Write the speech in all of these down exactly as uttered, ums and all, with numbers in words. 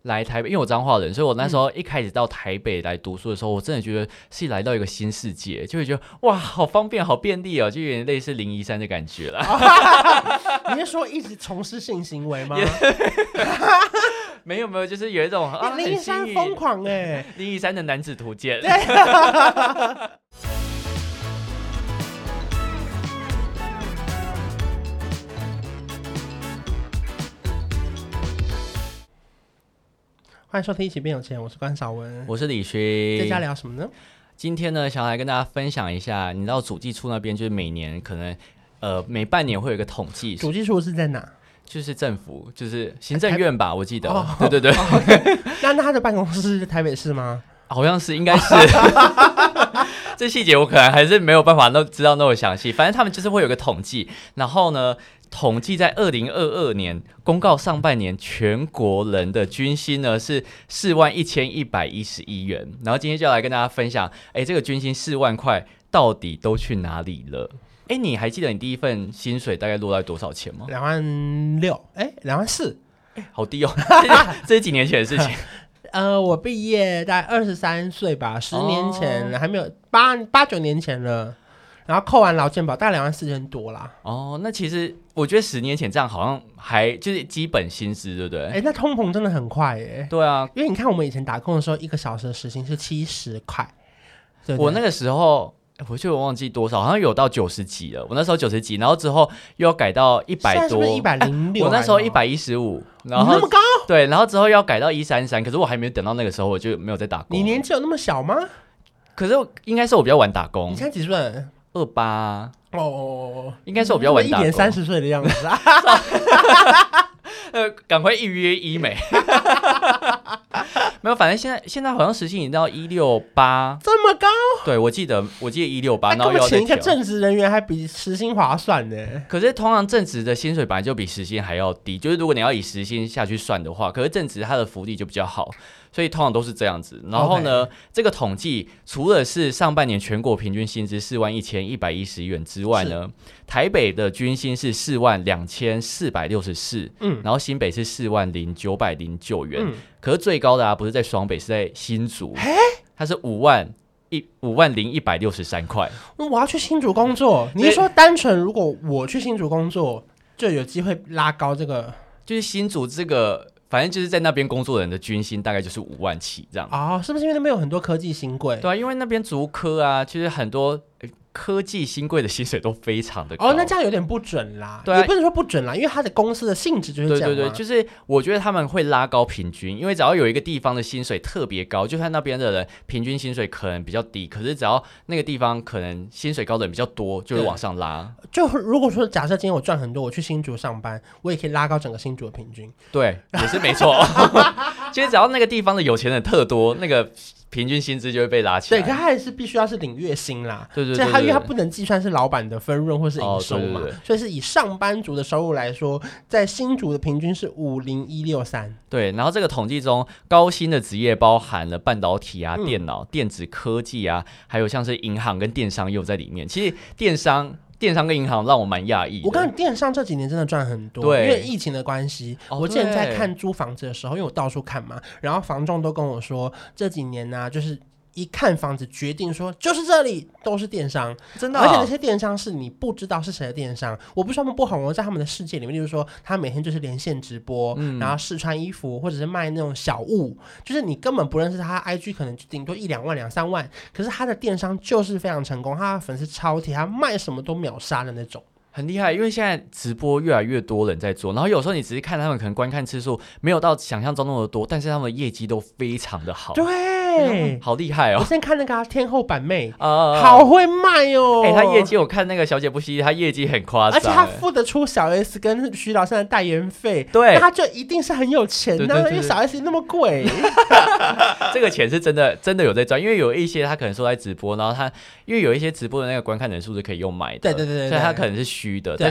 来台北，因为我彰化人，所以我那时候一开始到台北来读书的时候，嗯、我真的觉得是来到一个新世界，就会觉得哇，好方便，好便利哦，就有点类似灵仪山的感觉啦。 你是说一直从事性行为吗？ 没有没有，就是有一种啊， 灵仪山疯狂哎， 灵仪山的男子图鉴。对。 欢迎收听一起变有钱，我是关少文， 我是李勋。 在家聊什么呢？ 今天呢，想来跟大家分享一下，你知道主计处那边就是每年可能呃每半年会有一个统计， 主计处是在哪？ 就是政府，就是行政院吧，我记得。 哦、 对对对。 哦 okay、那那他的办公室是台北市吗？ 好像是，应该是。这细节我可能还是没有办法知道那么详细，反正他们就是会有个统计，然后呢，统计在二零二二年公告上半年全国人的军薪呢是四万一千一百一十一元，然后今天就要来跟大家分享，哎，这个军薪四万块到底都去哪里了？哎，你还记得你第一份薪水大概落在多少钱吗？ 两万六，哎，两万四， 哎，好低哦，这是几年前的事情。 呃，我毕业大概二十三岁吧，十年前、哦、还没有八八九年前了，然后扣完劳健保大概两万四千多啦。 哦，那其实我觉得十年前这样好像还就是基本薪资，对不对？ 哎，那通膨真的很快耶。 对啊， 因为你看我们以前打工的时候，一个小时的时薪是七十块，对不对？ 我那个时候。我就忘记多少，好像有到九十几了。我那时候九十几，然后之后又要改到一百多， 现在是不是一百零六？ 我那时候一百一十五，然后你那么高？ 对，然后之后要改到一三三，可是我还没有等到那个时候，我就没有再打工。 你年纪有那么小吗？ 可是应该是我比较晚打工。 你现在几岁？ 二八。 哦， 应该是我比较晚打工， 一点三十岁的样子啊。 呃，赶快预约医美。没有，反正现在现在好像时薪已经到一六八， 这么高？ 对，我记得我记得一六八，然后要请一个正职人员还比时薪划算呢。 可是通常正职的薪水本来就比时薪还要低，就是如果你要以时薪下去算的话，可是正职它的福利就比较好，所以通常都是这样子。然后呢， okay. 这个统计除了是上半年全国平均薪资四万一千一百一十元之外呢，台北的均薪是四万两千四百六十四，嗯，然后新北是四万零九百零九元。嗯，可是最高的啊，不是在双北，是在新竹，它是五万一五万零一百六十三块。 我要去新竹工作，你是说单纯如果我去新竹工作，就有机会拉高这个？ 就是新竹这个，反正就是在那边工作的人的均薪大概就是五万起这样。 哦，是不是因为那边有很多科技新贵？ 对啊，因为那边竹科啊，其实很多。科技新贵的薪水都非常的高哦，那这样有点不准啦。 对、啊， 也不能说不准啦，因为他的公司的性质就是这样。 对对对，就是我觉得他们会拉高平均，因为只要有一个地方的薪水特别高，就算那边的人平均薪水可能比较低，可是只要那个地方可能薪水高的人比较多，就会往上拉。 就如果说假设今天我赚很多，我去新竹上班，我也可以拉高整个新竹的平均。 对，也是没错。其实只要那个地方的有钱人特多，那个。平均薪资就会被拉起来。 对，可他还是必须要是领月薪啦。 对对 对, 对, 对， 所以他因为他不能计算是老板的分润或是营收嘛、哦对对对，所以是以上班族的收入来说，在新竹的平均是五零一六三。 对，然后这个统计中，高薪的职业包含了半导体啊、嗯、电脑、电子科技啊，还有像是银行跟电商也有在里面。其实电商。电商跟银行让我蛮讶异的。 我告诉你，电商这几年真的赚很多， 对， 因为疫情的关系、哦。我之前在看租房子的时候，因为我到处看嘛，然后房仲都跟我说，这几年呢、啊，就是一看房子决定说就是这里都是电商， 真的、哦， 而且那些电商是你不知道是谁的电商。我不是说他们不红，我在他们的世界里面，就是说他每天就是连线直播，嗯、然后试穿衣服，或者是卖那种小物，就是你根本不认识他 ，I G 可能顶多一两万、两三万，可是他的电商就是非常成功，他的粉丝超铁，他卖什么都秒杀的那种。 很厉害，因为现在直播越来越多人在做，然后有时候你只是看他们可能观看次数没有到想象中那么多，但是他们的业绩都非常的好。 对， 嗯、好厉害哦！ 我现在看那个、啊、天后板妹、呃、好会卖哦。 哎、欸，他业绩我看那个小姐不惜，他业绩很夸张， 而且他付得出小 S 跟徐老三的代言费， 对， 那他就一定是很有钱呐、啊，因为小 S 那么贵。 这个钱是真的真的有在赚，因为有一些他可能说在直播，然后他因为有一些直播的那个观看人数是可以用买的， 对对 对, 對， 所以他可能是虚的，但是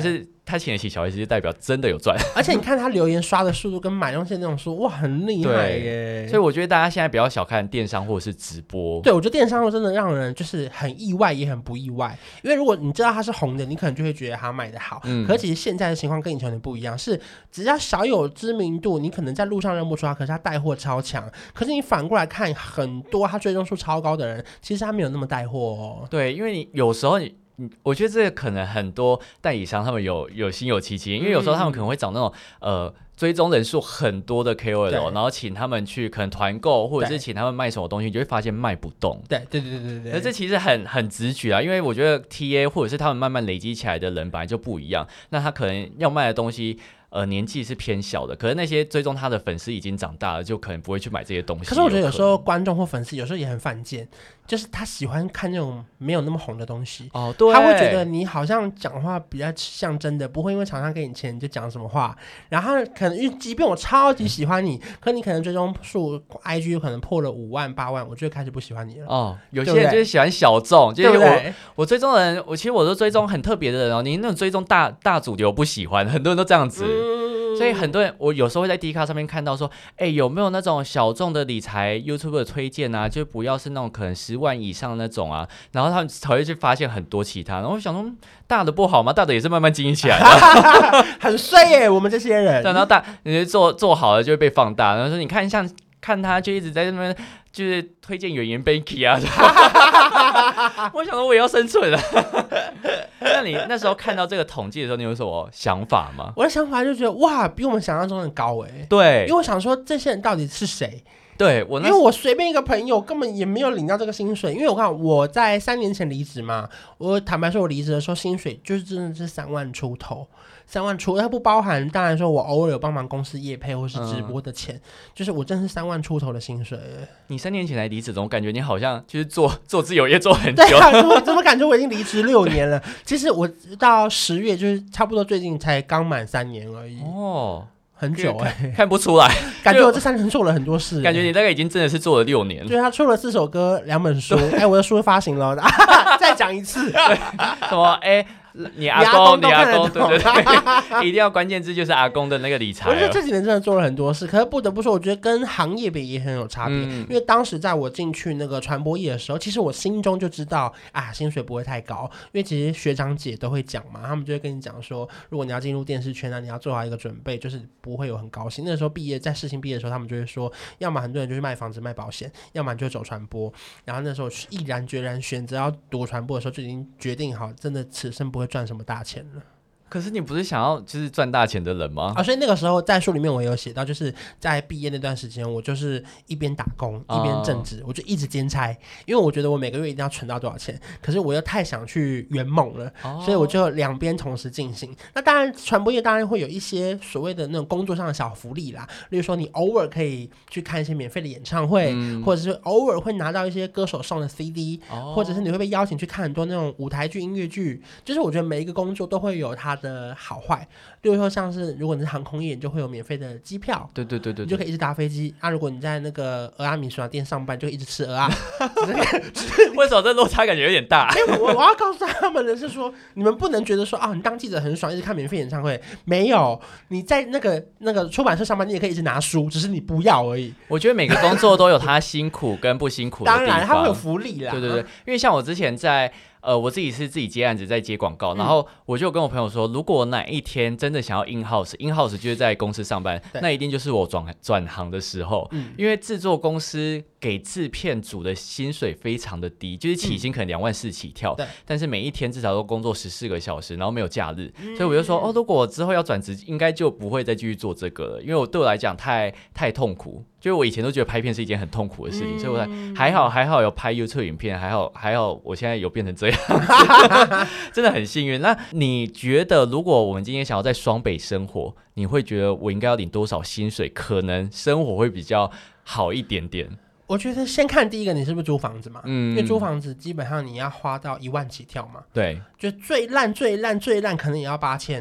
他请得起小 S 就代表真的有赚， 而且你看他留言刷的速度跟买东西的那种速度，哇，很厉害耶！ 所以我觉得大家现在不要小看电商或者是直播。 对，我觉得电商真的让人就是很意外，也很不意外。因为如果你知道它是红的，你可能就会觉得它卖的好。嗯，可是其实现在的情况跟以前有点不一样，是只要小有知名度，你可能在路上认不出他，可是他带货超强。可是你反过来看，很多他追踪数超高的人，其实他没有那么带货哦。 对，因为你有时候你。我觉得这个可能很多代理商他们有有心有戚戚，因为有时候他们可能会找那种呃追踪人数很多的 K O L， 然后请他们去可能团购，或者是请他们卖什么东西，你就会发现卖不动。 对对对对对， 而这其实很很直觉啊，因为我觉得 T A 或者是他们慢慢累积起来的人本来就不一样，那他可能要卖的东西。呃，年纪是偏小的，可是那些追踪他的粉丝已经长大了，就可能不会去买这些东西。 可是我觉得有时候观众或粉丝有时候也很犯贱，就是他喜欢看那种没有那么红的东西。 哦，对， 他会觉得你好像讲话比较像真的，不会因为厂商给你钱你就讲什么话。然后他可能即便我超级喜欢你，可你可能追踪数 I G 可能破了五万八万，我就开始不喜欢你了。哦， 有些人就是喜欢小众，就是我对对我追踪的人，我其实我都追踪很特别的人哦。你那种追踪大大主流不喜欢，很多人都这样子。嗯，所以很多人，我有时候会在 D 卡上面看到说，哎、欸，有没有那种小众的理财 YouTube 的推荐啊？就不要是那种可能十万以上那种啊，然后他们才会去发现很多其他。然后我想说，大的不好吗？大的也是慢慢经营起来的， 很衰耶、欸，我们这些人。 然后大，你做做好了就会被放大。然后说，你看像看他就一直在那边就是推荐原研 Banky 啊，我想说我也要生存了。那你那时候看到这个统计的时候，你有什么想法吗？ 我的想法就觉得哇，比我们想象中的高哎、欸。 对， 因为我想说这些人到底是谁？ 对我那， 因为我随便一个朋友根本也没有领到这个薪水，因为我看我在三年前离职嘛，我坦白说，我离职的时候薪水就是真的是三万出头，三万出，它不包含当然说我偶尔有帮忙公司业配或是直播的钱，嗯、就是我真是三万出头的薪水。 你三年前来离职，总感觉你好像就是做做自由业做很久， 对啊，我怎么感觉我已经离职六年了？其实我到十月就是差不多最近才刚满三年而已。哦。很久哎、 欸，看不出来， 感觉我这三年做了很多事、欸， 感觉你大概已经真的是做了六年。 对，他出了四首歌，两本书，哎、欸，我的书发行了，再讲一次， 什么哎？欸你阿公，你阿公，对对对，一定要关键字就是阿公的那个理财。 我觉得这几年真的做了很多事，可是不得不说，我觉得跟行业比也很有差别。嗯、因为当时在我进去那个传播业的时候，其实我心中就知道啊，薪水不会太高，因为其实学长姐都会讲嘛，他们就会跟你讲说，如果你要进入电视圈啊，你要做好一个准备，就是不会有很高薪。那时候毕业，在世新毕业的时候，他们就会说，要么很多人就去卖房子、卖保险，要么就走传播。然后那时候毅然决然选择要读传播的时候，就已经决定好，真的此生不会赚什么大钱。 可是你不是想要就是赚大钱的人吗？ 啊，所以那个时候在书里面我有写到，就是在毕业那段时间，我就是一边打工一边正职，哦、我就一直兼差，因为我觉得我每个月一定要存到多少钱，可是我又太想去圆梦了，哦、所以我就两边同时进行。那当然，传播业当然会有一些所谓的那种工作上的小福利啦，例如说你偶尔可以去看一些免费的演唱会，嗯、或者是偶尔会拿到一些歌手送的 C D，哦、或者是你会被邀请去看很多那种舞台剧、音乐剧，就是我觉得每一个工作都会有它的好坏，例如说像是如果你是航空业，你就会有免费的机票， 对对对 对, 对， 你就可以一直搭飞机啊。如果你在那个俄阿米索店上班，就一直吃俄阿。 为什么这落差感觉有点大？ 因为我我要告诉他们的是说，你们不能觉得说啊，你当记者很爽，一直看免费演唱会，没有，你在那个那个出版社上班，你也可以一直拿书，只是你不要而已。 我觉得每个工作都有他辛苦跟不辛苦的地方， 当然他会有福利啦。 对对对，因为像我之前在。呃，我自己是自己接案子，在接广告，然后我就跟我朋友说，如果哪一天真的想要 in house，in house 就是在公司上班，那一定就是我转转行的时候，嗯、因为制作公司给制片组的薪水非常的低，就是起薪可能两万四起跳，嗯、但是每一天至少都工作十四个小时，然后没有假日，嗯、所以我就说，哦，如果我之后要转职，应该就不会再继续做这个了，因为我对我来讲太太痛苦。就是我以前都觉得拍片是一件很痛苦的事情，嗯、所以我还好还好有拍 YouTube 影片，还好还好我现在有变成这样子，真的很幸运。那你觉得如果我们今天想要在双北生活，你会觉得我应该要领多少薪水，可能生活会比较好一点点？ 我觉得先看第一个，你是不是租房子嘛？嗯，因为租房子基本上你要花到一万起跳嘛。 对， 就最烂最烂最烂可能也要八千。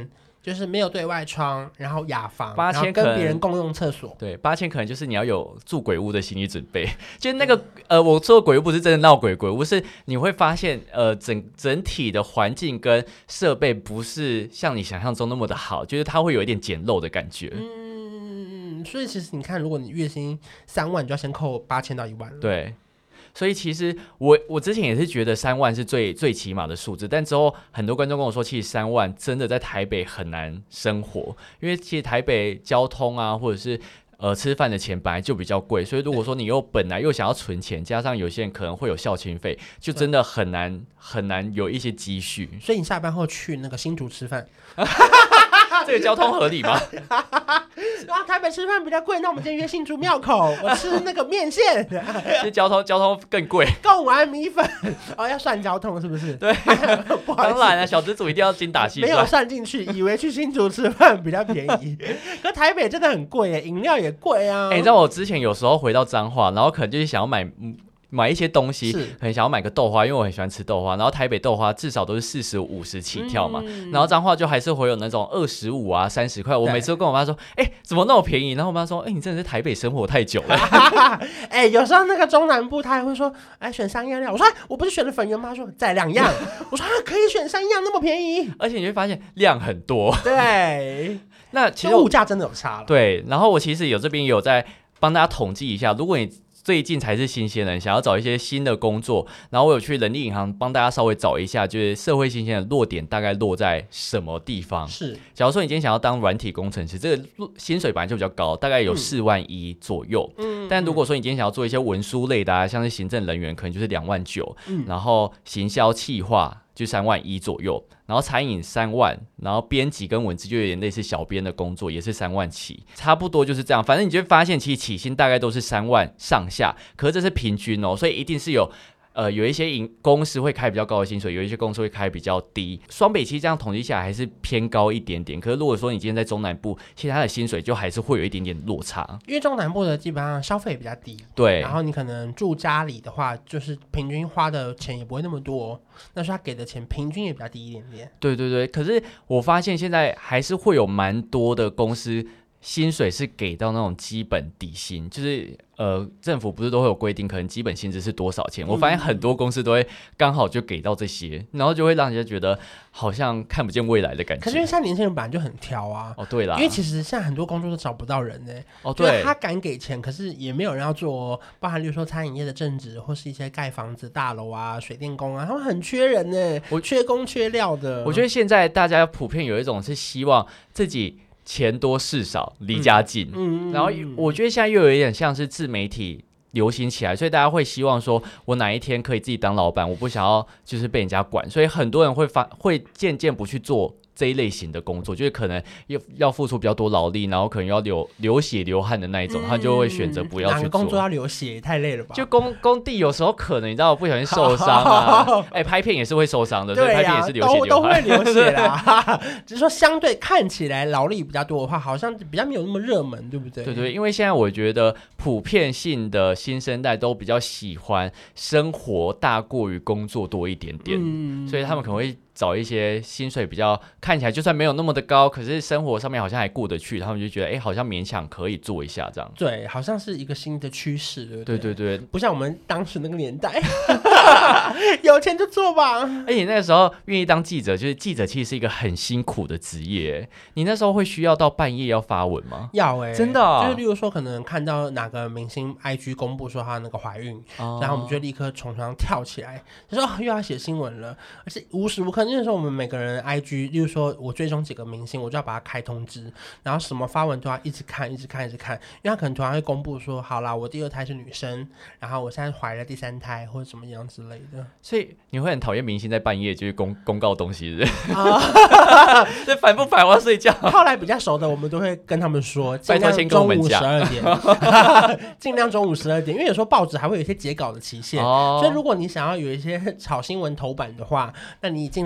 就是没有对外窗，然后雅房， 八千跟别人共用厕所。 对，八千可能就是你要有住鬼屋的心理准备。就是那个呃，我说的鬼屋不是真的闹鬼鬼屋，是你会发现呃整整体的环境跟设备不是像你想象中那么的好，就是它会有一点简陋的感觉。 嗯，所以其实你看，如果你月薪三万，你就要先扣八千到一万了。 对。所以其实我我之前也是觉得三万是最最起码的数字，但之后很多观众跟我说，其实三万真的在台北很难生活，因为其实台北交通啊，或者是呃吃饭的钱本来就比较贵，所以如果说你又本来又想要存钱，加上有些人可能会有孝亲费，就真的很难很难有一些积蓄。 所以你下班后去那个新竹吃饭。 这个交通合理吗？ 然后台北吃饭比较贵，那我们今天约新竹庙口，我吃那个面线。 这交通交通更贵， 贡丸米粉哦，要算交通是不是？ 对，当然了，小资主一定要精打细算， 没有算进去，以为去新竹吃饭比较便宜，可台北真的很贵耶，饮料也贵啊。 哎、欸，你知道我之前有时候回到彰化，然后可能就是想要买。买一些东西，很想要买个豆花，因为我很喜欢吃豆花。然后台北豆花至少都是四十五十起跳嘛，嗯、然后彰化就还是会有那种二十五啊、三十块。我每次都跟我妈说：“哎、欸，怎么那么便宜？”然后我妈说：“哎、欸，你真的是台北生活太久了。” 哎、欸，有时候那个中南部他还会说：“哎，选三样料。”我说：“我不是选了粉圆吗？”他说：“再两样。”我说：“啊，可以选三样，那么便宜。” 而且你会发现量很多。 对， 那其实物价真的有差了。 对，然后我其实有这边有在帮大家统计一下，如果你最近才是新鲜人，想要找一些新的工作，然后我有去人力银行帮大家稍微找一下，就是社会新鲜的落点大概落在什么地方。 是， 假如说你今天想要当软体工程师，这个薪水本来就比较高，大概有四万一左右。嗯，但如果说你今天想要做一些文书类的啊，像是行政人员，可能就是两万九、嗯，然后行销企划就三万一左右。然后餐饮三万，然后编辑跟文字就有点类似小编的工作，也是三万起，差不多就是这样。反正你就会发现，其实起薪大概都是三万上下，可是这是平均哦，所以一定是有。呃，有一些公司会开比较高的薪水，有一些公司会开比较低。双北其实这样统计下来还是偏高一点点。可是如果说你今天在中南部，其实它的薪水就还是会有一点点落差。 因为中南部的基本上消费比较低， 对。 然后你可能住家里的话，就是平均花的钱也不会那么多，那所以他给的钱平均也比较低一点点。 对对对，可是我发现现在还是会有蛮多的公司。薪水是给到那种基本底薪，就是呃，政府不是都会有规定，可能基本薪资是多少钱？嗯、我发现很多公司都会刚好就给到这些，然后就会让人家觉得好像看不见未来的感觉。 可是因为现在年轻人本来就很挑啊， 哦对啦， 因为其实现在很多工作都找不到人呢、欸。 哦对， 他敢给钱，可是也没有人要做、哦，包含例如说餐饮业的正职，或是一些盖房子大楼啊、水电工啊，他们很缺人呢、欸，我缺工缺料的。 我觉得现在大家普遍有一种是希望自己。钱多事少，离家近、嗯嗯、然后我觉得现在又有一点像是自媒体流行起来，所以大家会希望说我哪一天可以自己当老板，我不想要就是被人家管，所以很多人会发会渐渐不去做这一类型的工作，就是可能要要付出比较多劳力，然后可能要流流血流汗的那一种、嗯、他就会选择不要去做。 哪个工作要流血也太累了吧？ 就工工地有时候可能你知道不小心受伤啊，哎、欸，拍片也是会受伤的， 对、啊、 所以拍片也是流血流汗， 都都会流血啦。只是说相对看起来劳力比较多的话，好像比较没有那么热门，对不对？ 对对，因为现在我觉得普遍性的新生代都比较喜欢生活大过于工作多一点点，嗯、所以他们可能会。找一些薪水比较看起来就算没有那么的高，可是生活上面好像还过得去，他们就觉得哎、欸，好像勉强可以做一下这样。 对，好像是一个新的趋势，对不对？ 对对对， 不像我们当时那个年代，有钱就做吧。 而且那个时候愿意当记者，就是记者其实是一个很辛苦的职业。你那时候会需要到半夜要发文吗？ 要哎、欸， 真的、哦， 就是例如说可能看到哪个明星 I G 公布说她那个怀孕、哦，然后我们就立刻从床上跳起来，就说、哦、又要写新闻了，而且无时无刻那时候我们每个人。I G 例如说我追踪几个明星，我就要把它开通知，然后什么发文都要一直看一直看一直看，因为他可能突然会公布说好啦我第二胎是女生，然后我现在怀了第三胎或者怎么样之类的。 所以你会很讨厌明星在半夜就是 公, 公告东西是不是？这烦不烦？我要睡觉。 后来比较熟的我们都会跟他们说尽量中午十二点尽量中午十二点，因为有时候报纸还会有一些截稿的期限、哦、所以如果你想要有一些炒新闻头版的话，那你尽量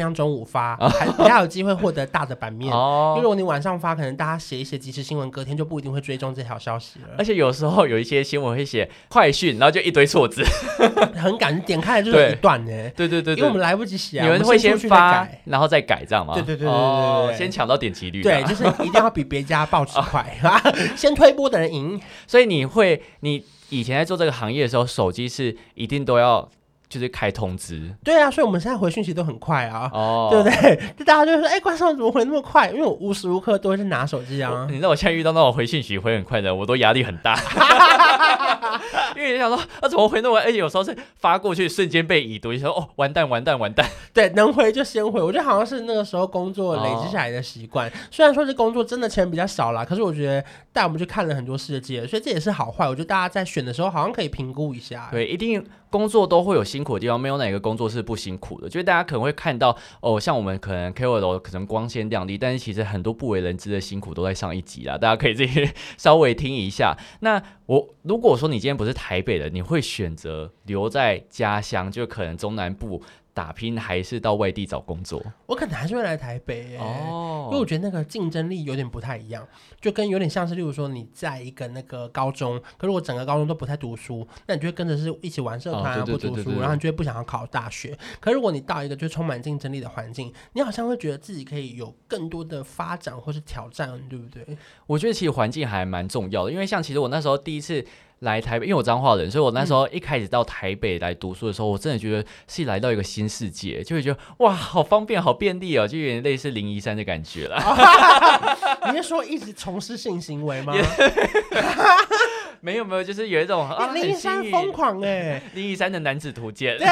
量中午发，还比较有机会获得大的版面。 哦， 因为如果你晚上发，可能大家写一些即时新闻，隔天就不一定会追踪这条消息了。 而且有时候有一些新闻会写快讯，然后就一堆错字， 很赶，点开来就有一段呢。 对对对对， 因为我们来不及写啊， 你们会先发，然后再改，这样吗？ 对对对对对对， 哦，先抢到点击率。 对，就是一定要比别家报纸快，先推播的人赢。 所以你会，你以前在做这个行业的时候，手机是一定都要就是开通知。 对啊，所以我们现在回讯息都很快啊， 哦， 对不对？就大家就会说，哎、欸，关少怎么回那么快？因为我无时无刻都会去拿手机啊。 你知道我现在遇到那种回讯息回很快的，我都压力很大。因为你想说，啊，怎么回那么快？而且有时候是发过去瞬间被已读，你说哦，完蛋完蛋完蛋。 对，能回就先回。我觉得好像是那个时候工作累积下来的习惯。哦、虽然说这工作真的钱比较少啦，可是我觉得带我们去看了很多世界，所以这也是好坏。我觉得大家在选的时候好像可以评估一下。 对，一定工作都会有辛苦的地方，没有哪个工作是不辛苦的。就是大家可能会看到哦，像我们可能 K O L 可能光鲜亮丽，但是其实很多不为人知的辛苦都在上一集啦，大家可以自己稍微听一下。那我如果说你今天不是台北的，你会选择留在家乡，就可能中南部打拼，还是到外地找工作？ 我可能还是会来台北、欸、哦，因为我觉得那个竞争力有点不太一样，就跟有点像是，例如说你在一个那个高中，可是我整个高中都不太读书，那你就会跟着是一起玩社团啊，不读书，然后你就会不想要考大学。可是如果你到一个就充满竞争力的环境，你好像会觉得自己可以有更多的发展或是挑战，对不对？ 我觉得其实环境还蛮重要的，因为像其实我那时候第一次来台北，因为我彰化人，所以我那时候一开始到台北来读书的时候，嗯、我真的觉得是来到一个新世界，就会觉得哇，好方便，好便利哦，就有点类似灵仪山的感觉啦。 你是说一直从事性行为吗？ 没有没有，就是有一种啊， 灵仪山疯狂哎， 灵仪山的男子图鉴。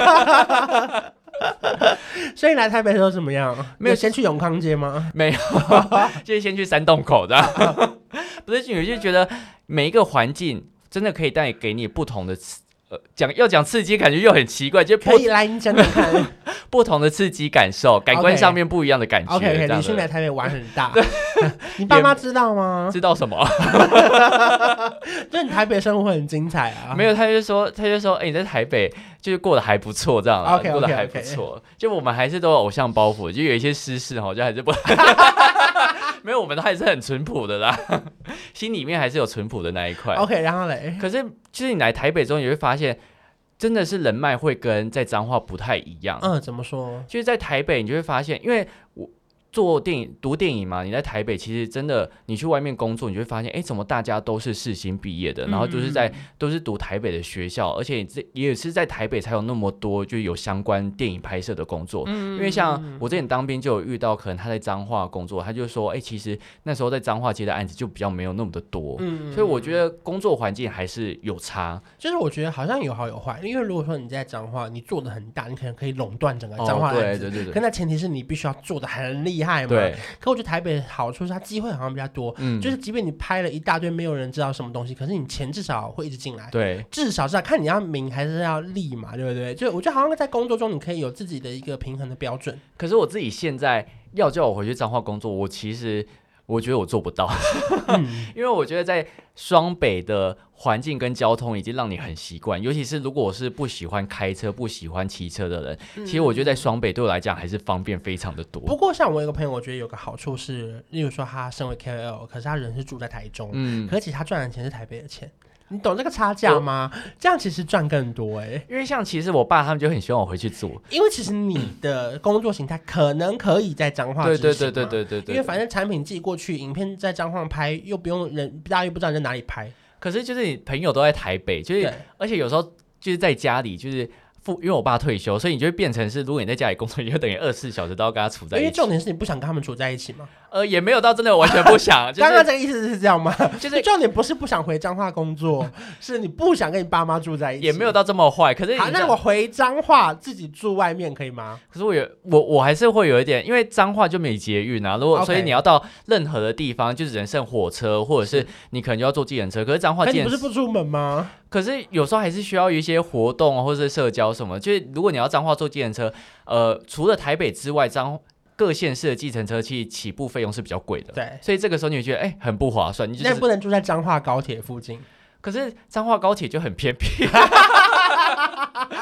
所以来台北的时候怎么样？没有先去永康街吗？ 没有，就是先去山洞口的。不是，有些觉得每一个环境真的可以带给你不同的呃，讲要讲刺激，感觉又很奇怪，就可以来你讲讲看， 不同的刺激感受，感官上面不一样的感觉。 OK OK， 李迅来台北玩很大，你爸妈知道吗？ 知道什么？ 就你台北生活很精彩啊。 没有，他就说，他就说，哎、欸，你在台北就是过得还不错，这样啊 ，okay, okay, 过得还不错。Okay. 就我们还是都有偶像包袱，就有一些私事哈，就还是不。没有，我们都还是很淳朴的啦，心里面还是有淳朴的那一块。 OK， 然后嘞， 可是就是你来台北之后，你会发现，真的是人脉会跟在彰化不太一样。 嗯，怎么说？ 就是在台北，你就会发现，因为我做电影、读电影嘛，你在台北其实真的，你去外面工作，你就会发现，哎，怎么大家都是世新毕业的，然后就是在、嗯、都是读台北的学校，而且也是在台北才有那么多就有相关电影拍摄的工作。嗯、因为像我之前当兵就有遇到，可能他在彰化工作，他就说，哎，其实那时候在彰化接的案子就比较没有那么的多，嗯、所以我觉得工作环境还是有差。 就是我觉得好像有好有坏，因为如果说你在彰化，你做的很大，你可能可以垄断整个彰化案子，哦、对对对对，可那前提是你必须要做的很厉害嘛。 对。 可我觉得台北好处是它机会好像比较多，嗯，就是即便你拍了一大堆没有人知道什么东西，可是你钱至少会一直进来， 对， 至少是要看你要名还是要利嘛，对不对？就我觉得好像在工作中你可以有自己的一个平衡的标准。 可是我自己现在要叫我回去彰化工作，我其实我觉得我做不到，嗯、因为我觉得在双北的环境跟交通已经让你很习惯，尤其是如果我是不喜欢开车、不喜欢骑车的人，嗯、其实我觉得在双北对我来讲还是方便非常的多。 不过像我有个朋友，我觉得有个好处是，例如说他身为 K O L， 可是他人是住在台中，嗯，可是其实他赚的钱是台北的钱。你懂这个差价吗？这样其实赚更多哎、欸， 因为像其实我爸他们就很希望我回去做， 因为其实你的工作形态可能可以在彰化执行，对对对对对对，因为反正产品寄过去，影片在彰化拍，又不用人，大家又不知道你在哪里拍。 可是就是你朋友都在台北，就是而且有时候就是在家里就是。因为我爸退休，所以你就会变成是，如果你在家里工作，你就等于二十四小时都要跟他处在一起。 因为重点是你不想跟他们处在一起吗？ 呃，也没有到真的完全不想。 刚刚、就是、这个意思是这样吗？就是重点不是不想回彰化工作，是你不想跟你爸妈住在一起。 也没有到这么坏。可是好，那我回彰化自己住外面可以吗？ 可是我有我我还是会有一点，因为彰化就没捷运啊，如果、okay. 所以你要到任何的地方，就只能剩火车，或者是你可能就要坐计程车。可是彰化， 你不是不出门吗？ 可是有时候还是需要一些活动或者是社交什么，就是如果你要彰化坐计程车，呃，除了台北之外，彰各县市的计程车其实起步费用是比较贵的， 对， 所以这个时候你会觉得哎、欸、很不划算，你就是那不能住在彰化高铁附近。 可是彰化高铁就很偏僻，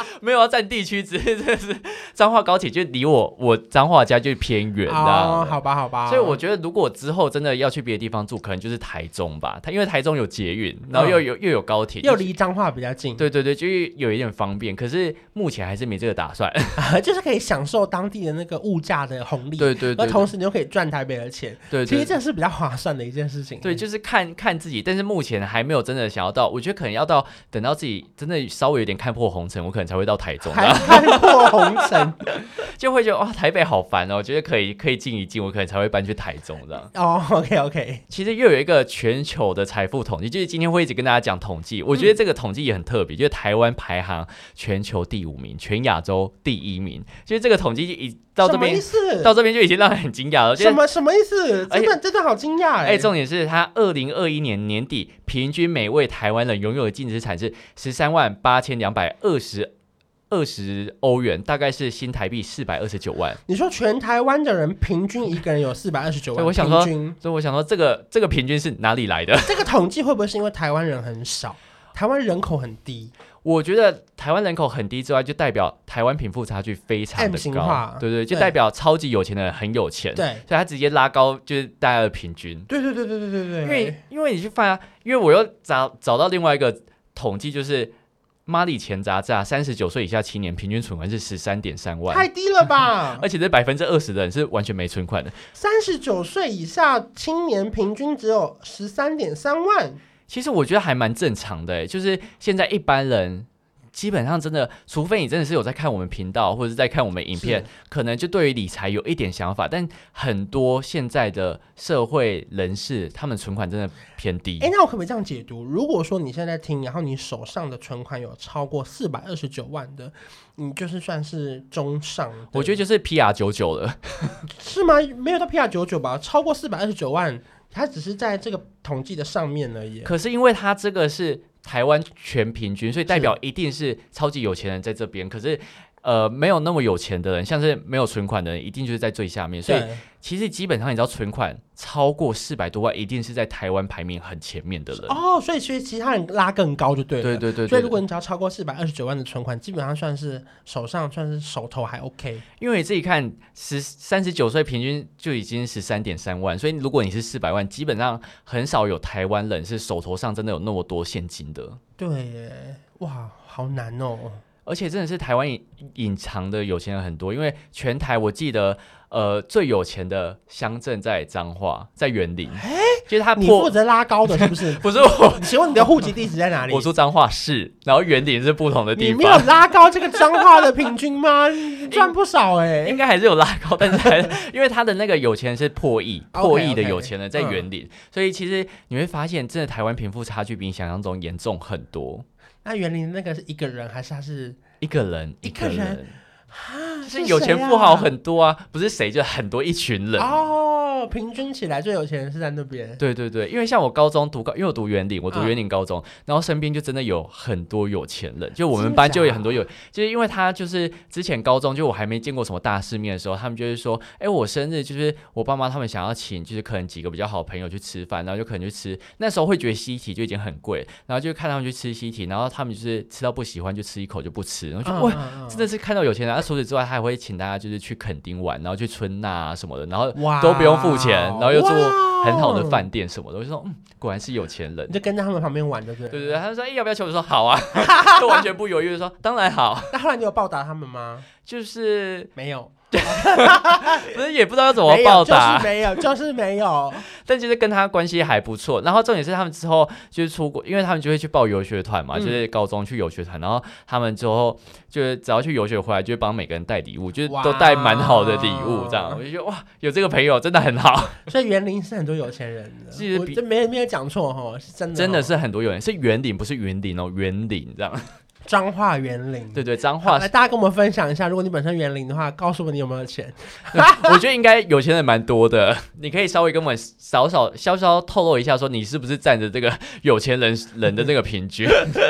没有要占地区，只是真的是彰化高铁就离我我彰化家就偏远哦，好吧好吧。 所以我觉得如果之后真的要去别的地方住，可能就是台中吧，它因为台中有捷运，然后又有、嗯、又有高铁， 又离彰化比较近， 对对对，就有一点方便。可是目前还是没这个打算， 就是可以享受当地的那个物价的红利， 对对 对, 对， 而同时你又可以赚台北的钱，对, 对, 对，其实这是比较划算的一件事情。 对，就是看看自己，但是目前还没有真的想要到，我觉得可能要到等到自己真的稍微有点看破红尘，我可能才会到台中， 还看破红尘， 就会觉得哇台北好烦哦，我觉得可以可以静一静，我可能才会搬去台中这样。 哦、oh, ，OK OK。 其实又有一个全球的财富统计，就是今天会一直跟大家讲统计，我觉得这个统计也很特别，嗯、就是台湾排行全球第五名，全亚洲第一名，就是这个统计一到这边，到这边就已经让人很惊讶了。 什么什么意思？真的真的好惊讶哎！ 哎，重点是他二零二一年年底平均每位台湾人拥有的净资产是十三万八千两百二十。二十欧元，大概是新台币四百二十九万。 你说全台湾的人平均一个人有四百二十九万， 所以我想说，所以我想说，这个这个平均是哪里来的？ 这个统计会不会是因为台湾人很少，台湾人口很低？ 我觉得台湾人口很低之外，就代表台湾贫富差距非常的高，对对，就代表超级有钱的人很有钱，对，所以他直接拉高就是大家的平均。 对对对对对对对， 因为因为你去翻啊，因为我又找找到另外一个统计，就是。妈里钱砸诈，三十九岁以下青年平均存款是十三点三万， 太低了吧？ 而且这百分之二十的人是完全没存款的。 三十九岁以下青年平均只有十三点三万， 其实我觉得还蛮正常的，就是现在一般人。基本上真的，除非你真的是有在看我们频道或者是在看我们影片，可能就对于理财有一点想法，但很多现在的社会人士，他们存款真的偏低。 哎，那我可不可以这样解读？如果说你现在听，然后你手上的存款有超过四百二十九万的，你就是算是中上。 我觉得就是 P R 九十九 了， 是吗？没有到 P R 九十九 吧？超过四百二十九万，它只是在这个统计的上面而已。 可是因为它这个是。台湾全平均，所以代表一定是超级有钱人在这边。可是，呃，没有那么有钱的人，像是没有存款的人，一定就是在最下面。所以，其实基本上你知道，存款超过四百多万，一定是在台湾排名很前面的人。哦， 所以其实其他人拉更高就对了。 对对 对, 对。 所以如果你只要超过四百二十九万的存款，基本上算是手上算是手头还 OK。 因为你自己看，十三十九岁平均就已经十三点三万，所以如果你是四百万，基本上很少有台湾人是手头上真的有那么多现金的。 对耶，哇，好难哦。 而且真的是台湾隐藏的有钱人很多，因为全台我记得，呃，最有钱的乡镇在彰化，在员林，就是他你负责拉高的是不是？ 不是我， 请问你的户籍地址在哪里？ 我说彰化市，然后员林是不同的地方。 你没有拉高这个彰化的平均吗？你赚不少哎、欸， 应该还是有拉高，但是还因为他的那个有钱人是破亿，破亿的有钱人在员林， okay, okay, 嗯、所以其实你会发现，真的台湾贫富差距比你想象中严重很多。 那园林那个是一个人还是他是一个人？ 一个人啊，是有钱富豪很多啊，不是谁就很多一群人哦。平均起来最有钱人是在那边。 对对对，因为像我高中读高，因为我读园林，我读园林高中、啊，然后身边就真的有很多有钱人，就我们班就有很多有，就是因为他就是之前高中就我还没见过什么大世面的时候，他们就是说，哎，我生日就是我爸妈他们想要请，就是可能几个比较好的朋友去吃饭，然后就可能去吃，那时候会觉得西提就已经很贵，然后就看他们去吃西提，然后他们就是吃到不喜欢就吃一口就不吃，然后就、啊、哇，真的是看到有钱人。除此之外，他还会请大家就是去垦丁玩，然后去春娜、啊、什么的，然后都不用付钱，然后又住很好的饭店什么的。我就说，嗯，果然是有钱人。 你就跟在他们旁边玩，对不对？ 对对对，他就说，哎、欸，要不要去？我说好啊，就完全不犹豫的说，当然好。 那后来你有报答他们吗？ 就是没有。 不是也不知道要怎么报答， 就是没有，就是没有。 但其实跟他关系还不错。然后重点是他们之后就是出国，因为他们就会去报游学团嘛、嗯，就是高中去游学团。然后他们之后就是只要去游学回来，就会帮每个人带礼物，就是都带蛮好的礼物这样。我就觉得哇，有这个朋友真的很好。 所以园林是很多有钱人的，其实这没没有讲错哈，是真的、哦， 真的是很多有钱，是园林不是园林哦，园林这样。 彰化园林， 对对，彰化。 来，大家跟我们分享一下，如果你本身园林的话，告诉我你有没有钱。 我觉得应该有钱人蛮多的，你可以稍微跟我们少少稍稍透露一下，说你是不是占着这个有钱人人的这个平均。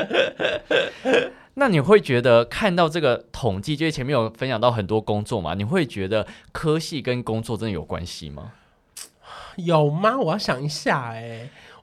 那你会觉得看到这个统计，就是前面有分享到很多工作嘛，你会觉得科系跟工作真的有关系吗？ 有吗？我要想一下哎、欸。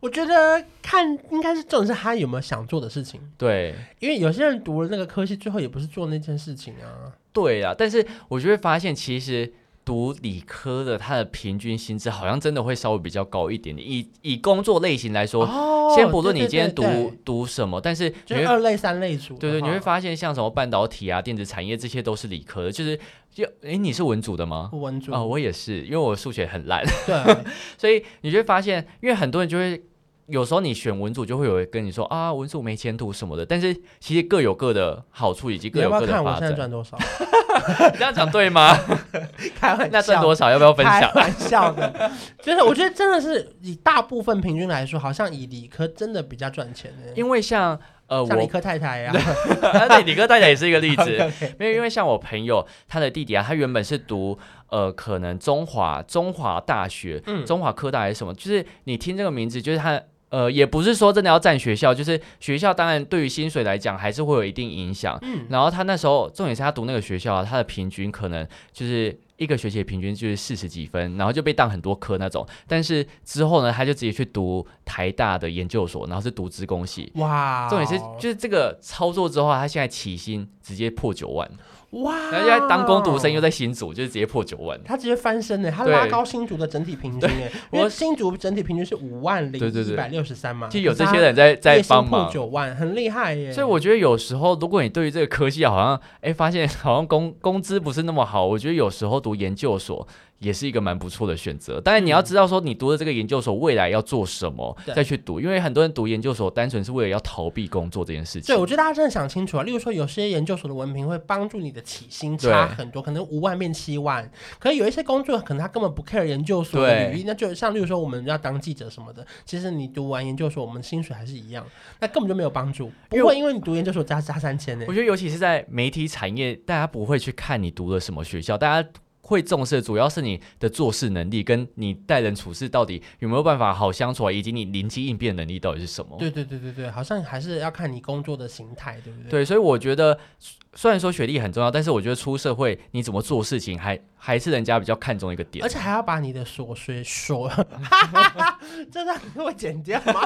我觉得看应该是重点是他有没有想做的事情。 对， 因为有些人读了那个科系，最后也不是做那件事情啊。 对啊，但是我就会发现，其实读理科的，他的平均薪资好像真的会稍微比较高一点点。以以工作类型来说，哦、先不论你今天读对对对对读什么，但是就是二类三类组， 对对，你会发现像什么半导体啊、电子产业这些都是理科的，就是就哎，你是文组的吗？ 文组啊、哦，我也是，因为我数学很烂， 对， 所以你就会发现，因为很多人就会。有时候你选文组就会有人跟你说啊，文组没前途什么的，但是其实各有各的好处以及各有各的发展。 你要不要看我现在赚多少？ 这样讲对吗？ 开玩笑， 那赚多少？要不要分享？ 开玩笑的，就是我觉得真的是以大部分平均来说，好像以理科真的比较赚钱的。 因为像呃， 像理科太太呀、 啊，对，理科太太也是一个例子。 okay, okay. 没有，因为像我朋友他的弟弟啊，他原本是读呃，可能中华中华大学、嗯、中华科大还是什么，就是你听这个名字，就是他。呃，也不是说真的要占学校，就是学校当然对于薪水来讲还是会有一定影响。嗯，然后他那时候重点是他读那个学校、啊，他的平均可能就是一个学期的平均就是四十几分，然后就被当很多科那种。但是之后呢，他就直接去读台大的研究所，然后是读资工系。哇，重点是就是这个操作之后，他现在起薪直接破九万。哇！然后现在当工读生又在新竹，就是直接破九万， 他直接翻身呢，他拉高新竹的整体平均哎，因为新竹整体平均是五万零一百六十三嘛， 其实有这些人在在帮忙， 破九万很厉害耶。 所以我觉得有时候，如果你对于这个科系好像哎发现好像工工资不是那么好，我觉得有时候读研究所。也是一个蛮不错的选择，当然你要知道说你读的这个研究所未来要做什么、嗯、再去读，因为很多人读研究所单纯是为了要逃避工作这件事情。 对，我觉得大家真的想清楚啊。例如说有些研究所的文凭会帮助你的起薪差很多，可能五万变七万，可是有一些工作可能他根本不 care 研究所的履历，那就像例如说我们要当记者什么的，其实你读完研究所我们薪水还是一样，那根本就没有帮助，不会因为你读研究所加加三千呢。 我觉得尤其是在媒体产业，大家不会去看你读了什么学校，大家会重视的主要是你的做事能力，跟你待人处事到底有没有办法好相处，以及你临机应变能力到底是什么。 对对对对对，好像还是要看你工作的形态，对不对？ 对，所以我觉得虽然说学历很重要，但是我觉得出社会你怎么做事情还还是人家比较看重一个点， 而且还要把你的所学所真的会剪掉吗？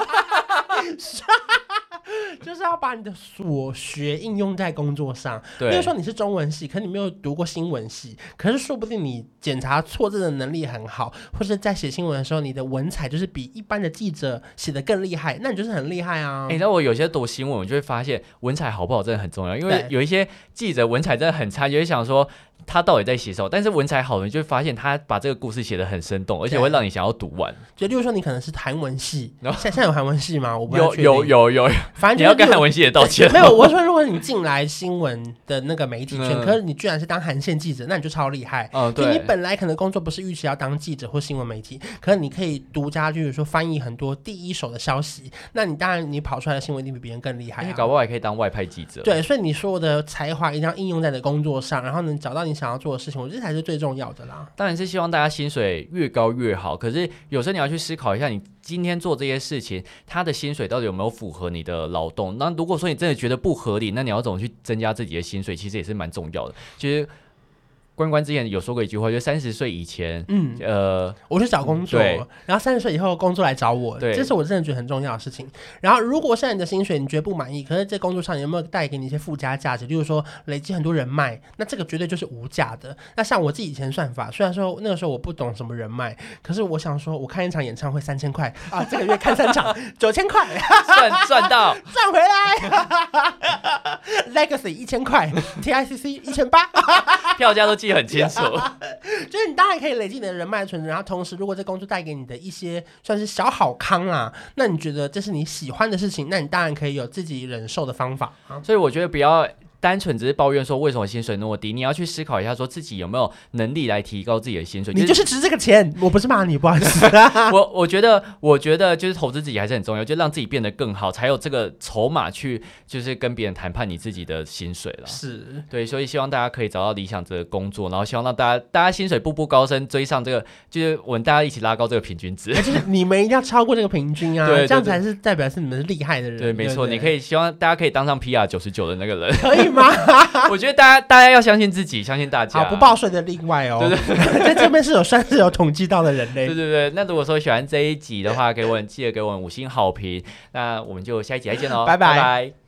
就是要把你的所学应用在工作上。比如说你是中文系，可你没有读过新闻系，可是说不定你检查错字的能力很好，或是在写新闻的时候你的文采就是比一般的记者写得更厉害，那你就是很厉害啊。 欸，那我有些读新闻我就会发现文采好不好真的很重要，因为有一些记者文采真的很差，就会想说他到底在写什么，但是文采好的你就会发现他把这个故事写得很生动，而且会让你想要读完。 就例如说你可能是韩文系，现现在有韩文系吗？我不有有有有， 反正、就是、 你要跟韩文系也道歉。 没有，我说如果你进来新闻的那个媒体圈、嗯、可是你居然是当韩线记者，那你就超厉害。嗯，对，就你本来可能工作不是预期要当记者或新闻媒体，可是你可以独家就是说翻译很多第一手的消息，那你当然你跑出来的新闻一定比别人更厉害、啊， 而且搞不好也可以当外派记者。 对，所以你所有的才华一定要应用在你的工作上，然后能找到你想要做的事情，我觉得这才是最重要的啦。 当然是希望大家薪水越高越好，可是有时候你要去思考一下，你今天做这些事情，他的薪水到底有没有符合你的劳动？那如果说你真的觉得不合理，那你要怎么去增加自己的薪水？其实也是蛮重要的。其实关关之前有说过一句话，就三十岁以前，嗯，呃， 我去找工作，嗯、然后三十岁以后工作来找我，这是我真的觉得很重要的事情。然后，如果现在你的薪水你觉得不满意，可是在工作上有没有带给你一些附加价值？例如说累积很多人脉，那这个绝对就是无价的。那像我自己以前算法，虽然说那个时候我不懂什么人脉，可是我想说，我看一场演唱会三千块啊，这个月看三场九千块， 赚赚到赚回来，Legacy 一千块 ，T I C C 一千八， 票价都记很清楚。 就是你当然可以累积你的人脉存折，然后同时如果这工作带给你的一些算是小好康啊，那你觉得这是你喜欢的事情，那你当然可以有自己忍受的方法、啊、所以我觉得不要单纯只是抱怨说为什么薪水那么低，你要去思考一下说自己有没有能力来提高自己的薪水。 你就是值这个钱，我不是骂你，不好意思。 我我觉得我觉得就是投资自己还是很重要，就让自己变得更好，才有这个筹码去就是跟别人谈判你自己的薪水了。 是， 对，所以希望大家可以找到理想的工作，然后希望让大家大家薪水步步高升，追上这个，就是我们大家一起拉高这个平均值。 就是你们一定要超过这个平均啊，对对对，这样才是代表是你们是厉害的人。 对，没错，你可以希望大家可以当上 P R 九十九的那个人。 可以以吗？ 我觉得大家大家要相信自己，相信大家。 好，不报税的例外哦。对对对，在这边是有算是有统计到的人类。 对对对，那如果说喜欢这一集的话，给我们记得给我们五星好评。那我们就下一集再见喽， 拜拜。 拜拜。